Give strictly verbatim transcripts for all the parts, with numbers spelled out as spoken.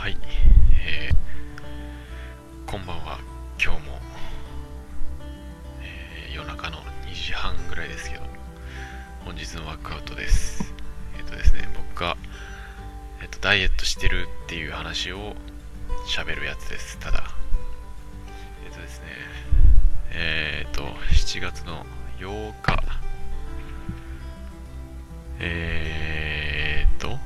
はい、えー、こんばんは。今日も、えー夜中のにじはんぐらいですけど、本日のワークアウトです。えっ、とですね、僕が、えっ、と、ダイエットしてるっていう話を喋るやつです。ただ、えっ、とですね、えっ、と、しちがつのようか、えっ、と、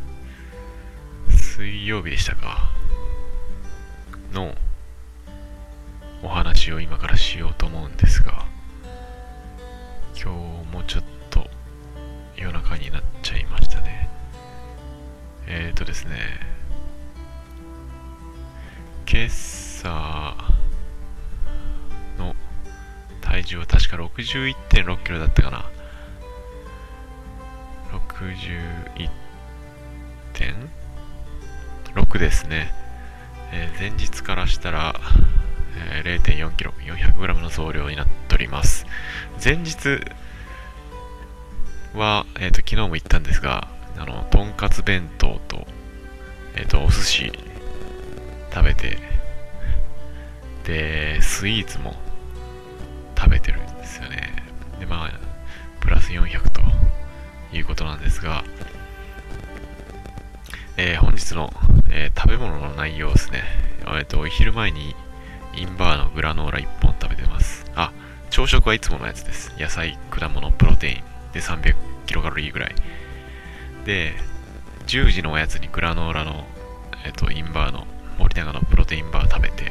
水曜日でしたかのお話を今からしようと思うんですが、今日もちょっと夜中になっちゃいましたね。えーとですね、今朝の体重は確か ろくじゅういってんろっキロだったかな。ろくじゅういってんろく ですね。えー前日からしたら、えー れいてんよんキロ、よんひゃくグラム の増量になっております。前日は、えーと、昨日も言ったんですが、あの、とんかつ弁当と、えーと、お寿司食べて、で、スイーツも食べてるんですよね。で、まあ、プラスよんひゃくということなんですが、えー本日の、えー食べ物の内容ですね。えっと、お昼前にインバーのグラノーラいっぽん食べてます。あ、朝食はいつものやつです。野菜、果物、プロテインでさんびゃくキロカロリーぐらい。で、じゅうじのおやつにグラノーラの、えっと、インバーの森永のプロテインバー食べて、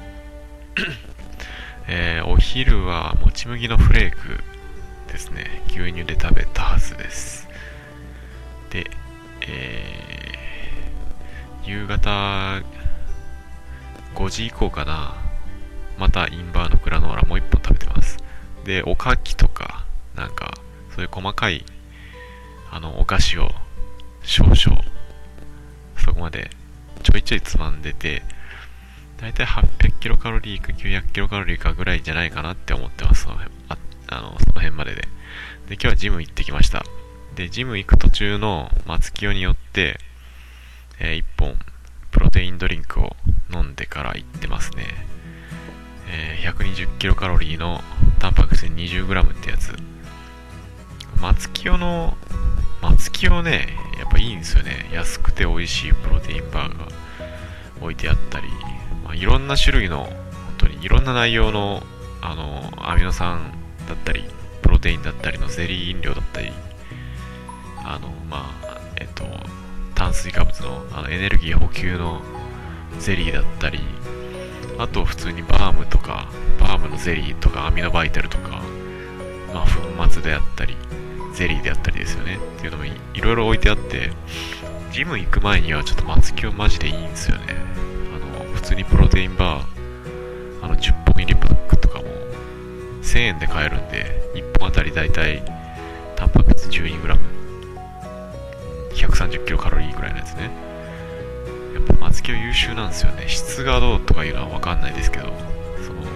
えーお昼はもち麦のフレークですね。牛乳で食べたはずです。で、えー夕方ごじ以降かな。またインバーのグラノーラもう一本食べてます。で、おかきとか、なんか、そういう細かい、あの、お菓子を少々、そこまでちょいちょいつまんでて、だいたいはっぴゃくキロカロリーかきゅうひゃくキロカロリーかぐらいじゃないかなって思ってます。その辺、あ、あの、その辺までで。で、今日はジム行ってきました。で、ジム行く途中の松清によって、えー、いっぽんプロテインドリンクを飲んでから行ってますね。えー、ひゃくにじゅうキロカロリーのタンパク質 にじゅうグラム ってやつ。松清の、松清ね、やっぱいいんですよね。安くて美味しいプロテインバーが置いてあったり、まあ、いろんな種類の、本当にいろんな内容の、あの、アミノ酸だったり、プロテインだったりのゼリー飲料だったり、あの、まあ、えっと、炭水化物の、あのエネルギー補給のゼリーだったり、あと普通にバームとか、バームのゼリーとかアミノバイタルとか、まあ粉末であったり、ゼリーであったりですよね。っていうのも い, いろいろ置いてあって、ジム行く前にはちょっと松清マジでいいんですよね。あの、普通にプロテインバー、あのじゅっぽん入りパックとかもせんえんで買えるんで、いっぽんあたりだいたいタンパク質 じゅうにグラム、ひゃくさんじゅうキロカロリーぐらいのやつね。やっぱ松清優秀なんですよね。質がどうとかいうのは分かんないですけど、その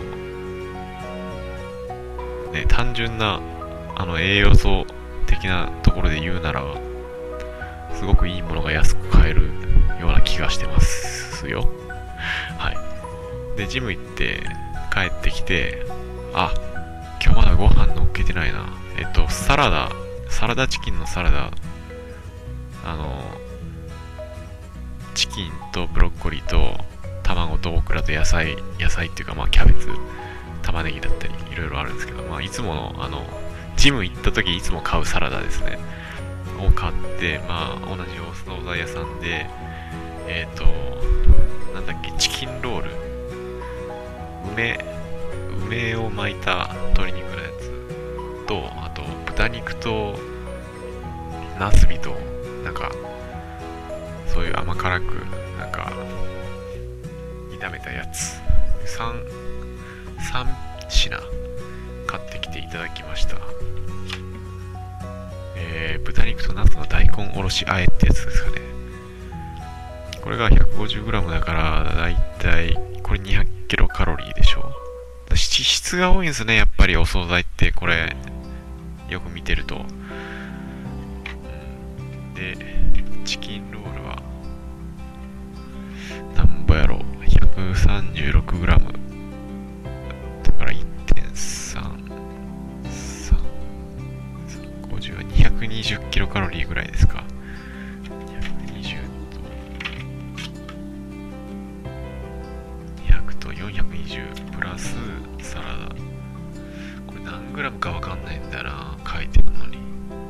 ね、単純なあの栄養素的なところで言うなら、すごくいいものが安く買えるような気がしてますよ。はい。で、ジム行って帰ってきて、あ、今日まだご飯乗っけてないな。えっと、サラダ、サラダチキンのサラダ、あの、チキンとブロッコリーと卵とオクラと野菜、野菜っていうかまあキャベツ、玉ねぎだったりいろいろあるんですけど、まあいつものあの、ジム行った時いつも買うサラダですね。を買って、まあ同じお惣菜屋さんで、えっ、ー、と、なんだっけ、チキンロール、梅、梅を巻いた鶏肉のやつと、あと豚肉とナスビと、なんか、そういう甘辛く、なんか、炒めたやつ、さん、さん品買ってきていただきました。えー、豚肉とナスの大根おろしあえってやつですかね。これが ひゃくごじゅうグラム だから、だいたい、これにひゃくキロカロリーでしょ。脂質が多いんですね、やっぱりお惣菜って、これ、よく見てると。うん、で、チキンロールは、 くグラムだから いってんさん、ごじゅうはにひゃくにじゅっキロカロリーぐらいですか。にひゃくにじゅうとにひゃくとよんひゃくにじゅうプラスサラダ、これ何グラムかわかんないんだな、書いてるのに。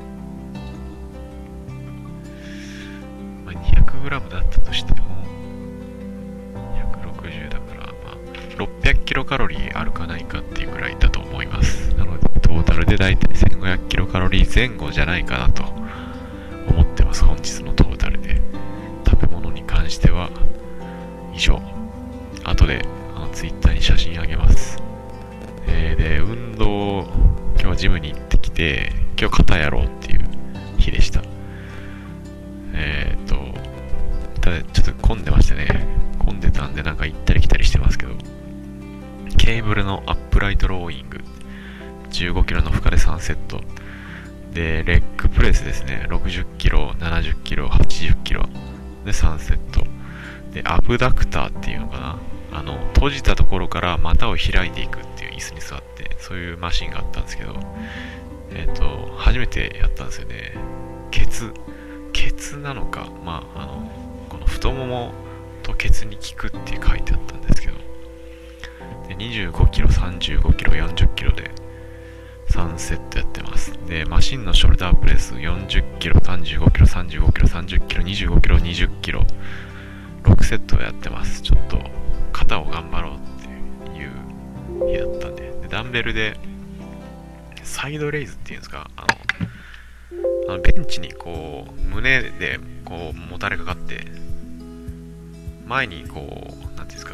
まあ、にひゃくグラムだったとしてもひゃくろくじゅうだから、まあ、ろっぴゃくキロカロリーあるかないかっていうくらいだと思います。なのでトータルでだいたいせんごひゃくキロカロリー前後じゃないかなと思ってます。本日のトータルで。食べ物に関しては以上。後であのツイッターに写真あげます。えー、で運動、今日はジムに行ってきて、今日肩やろうっていう日でした。えー、っとただちょっと混んでましたね。混んでたんでなんか行ったり来たりしてますけど、ケーブルのアップライトローイングじゅうごキロの負荷でさんセットで、レッグプレスですね、ろくじゅっキロ、ななじゅっキロ、はちじゅっキロでさんセットで、アブダクターっていうのかな、あの閉じたところから股を開いていくっていう椅子に座って、そういうマシンがあったんですけど、えっと初めてやったんですよね。ケツケツなのか、まああのこの太ももとケツに効くって書いてあったんですけど、でにじゅうごキロ、さんじゅうごキロ、よんじゅっキロでさんセットやってます。でマシンのショルダープレスよんじゅっキロ、さんじゅうごキロ、さんじゅうごキロ、さんじゅっキロ、にじゅうごキロ、にじゅっキロ、ろくセットやってます。ちょっと肩を頑張ろうっていう日だったんで、でダンベルでサイドレイズっていうんですか、あのあのベンチにこう胸でこうもたれかかって前にこうなんていうんですか、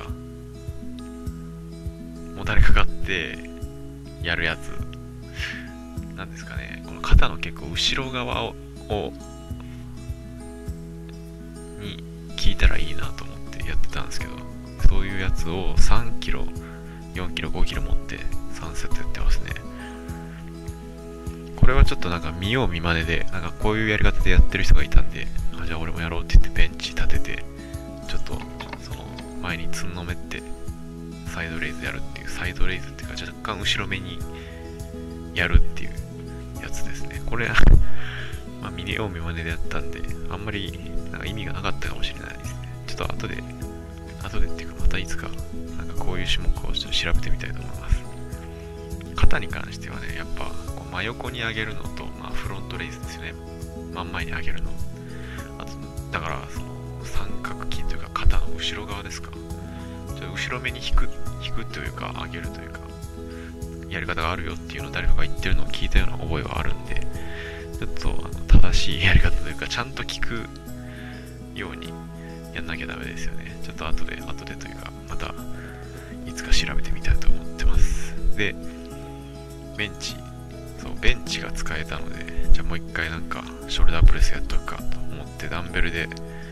もたれかかってやるやつなんですかね。この肩の結構後ろ側ををに効いたらいいなと思ってやってたんですけど、そういうやつをさんキロ、よんキロ、ごキロ持ってさんセットやってますね。これはちょっとなんか見よう見まねで、なんかこういうやり方でやってる人がいたんで、あ、じゃあ俺もやろうって言ってベンチ立てて、ちょっとその前につんのめってサイドレイズやるっていう、サイドレイズっていうか若干後ろ目にやるっていうやつですね。これまあ見よう見まねでやったんで、あんまりなんか意味がなかったかもしれないですね。ちょっと後で後でっていうかまたいつかなんかこういう種目をちょっと調べてみたいと思います。肩に関してはね、やっぱこう真横に上げるのと、まあ、フロントレイズですよね、真ん前に上げるの、あとだからその三角筋というか肩の後ろ側ですか、ちょっと後ろ目に引く引くというか上げるというかやり方があるよっていうのを誰かが言ってるのを聞いたような覚えはあるんで、ちょっとあの正しいやり方というかちゃんと聞くようにやんなきゃダメですよね。ちょっと後で後でというかまたいつか調べてみたいと思ってます。でベンチ、そうベンチが使えたので、じゃあもう一回なんかショルダープレスやっとくかと思ってダンベルで、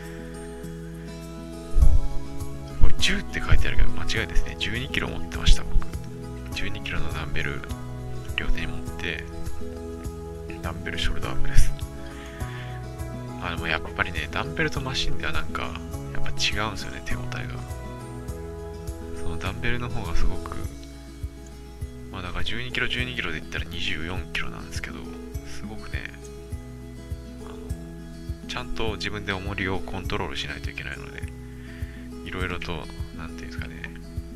これじゅうって書いてあるけど間違いですね。じゅうにキロ持ってました僕。じゅうにキロのダンベル両手に持ってダンベルショルダープレス。あでもやっぱりね、ダンベルとマシンではなんかやっぱ違うんですよね、手応えが。そのダンベルの方がすごく、まあだからじゅうにキロじゅうにキロで言ったらにじゅうよんキロなんですけど、すごくね、あのちゃんと自分で重りをコントロールしないといけないので、いろいろとなんていうんですかね、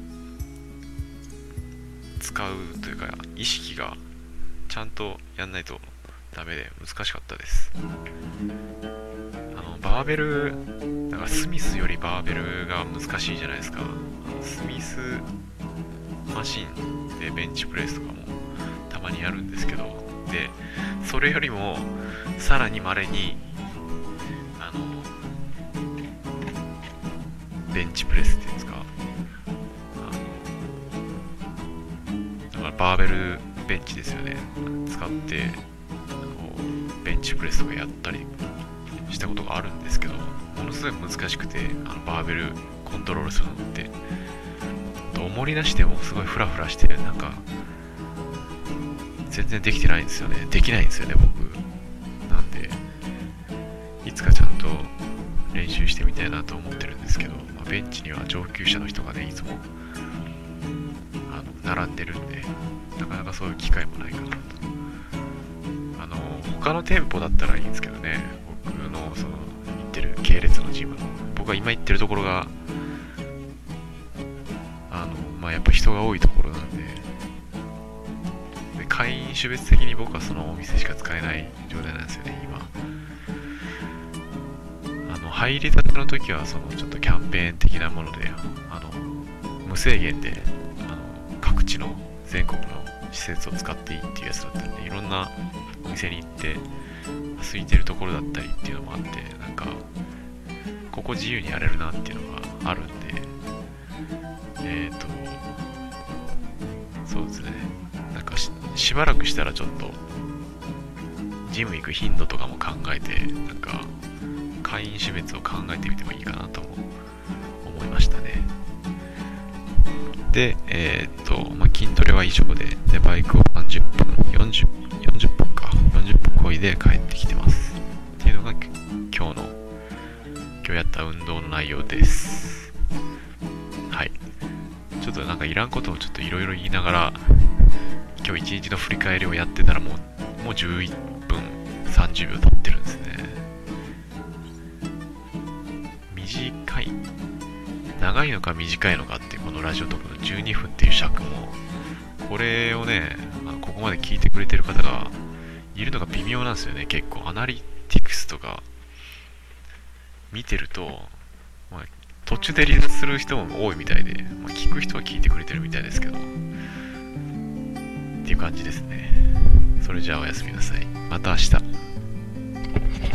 使うというか意識がちゃんとやんないとダメで難しかったです。あのバーベルだからスミスよりバーベルが難しいじゃないですか。スミスマシンでベンチプレスとかもたまにやるんですけど、でそれよりもさらに稀にあのベンチプレスっていうんですか、あのだからバーベルベンチですよね、使ってこうベンチプレスとかやったりしたことがあるんですけど、ものすごい難しくて、あのバーベルコントロールするのって重りなしでもすごいフラフラして、なんか全然できてないんですよね。できないんですよね僕。なんでいつかちゃんと練習してみたいなと思ってるんですけど、まあ、ベンチには上級者の人がねいつもあの並んでるんで、なかなかそういう機会もないかなと。あの他の店舗だったらいいんですけどね、僕のその行ってる系列のジムの、僕が今行ってるところがあのまあやっぱ人が多いところなんで、で会員種別的に僕はそのお店しか使えない状態なんですよね今。あの入りたての時はそのちょっとキャンペーン的なもので、あの無制限であの各地の全国の施設を使っていいっていうやつだったんで、いろんなお店に行って空いてるところだったりっていうのもあって、なんかここ自由にやれるなっていうのがあるんで、えっ、ー、とそうですね、なんか し, しばらくしたらちょっとジム行く頻度とかも考えて、なんか会員種別を考えてみてもいいかなとも思いましたね。で、えー、っと、まあ、筋トレは以上で、で、バイクをさんじゅっぷん、よんじゅう、よんじゅっぷんか、よんじゅっぷんこいで帰ってきてます。っていうのが今日の、今日やった運動の内容です。はい。ちょっとなんかいらんことをちょっといろいろ言いながら、今日一日の振り返りをやってたらもう、もうじゅういっぷんさんじゅうびょう経ってるんですね。短い。長いのか短いのかってこのラジオトークのじゅうにふんっていう尺も、これをね、あのここまで聞いてくれてる方がいるのが微妙なんですよね。結構アナリティクスとか見てると、まあ、途中で離脱する人も多いみたいで、まあ、聞く人は聞いてくれてるみたいですけどっていう感じですね。それじゃあおやすみなさい。また明日。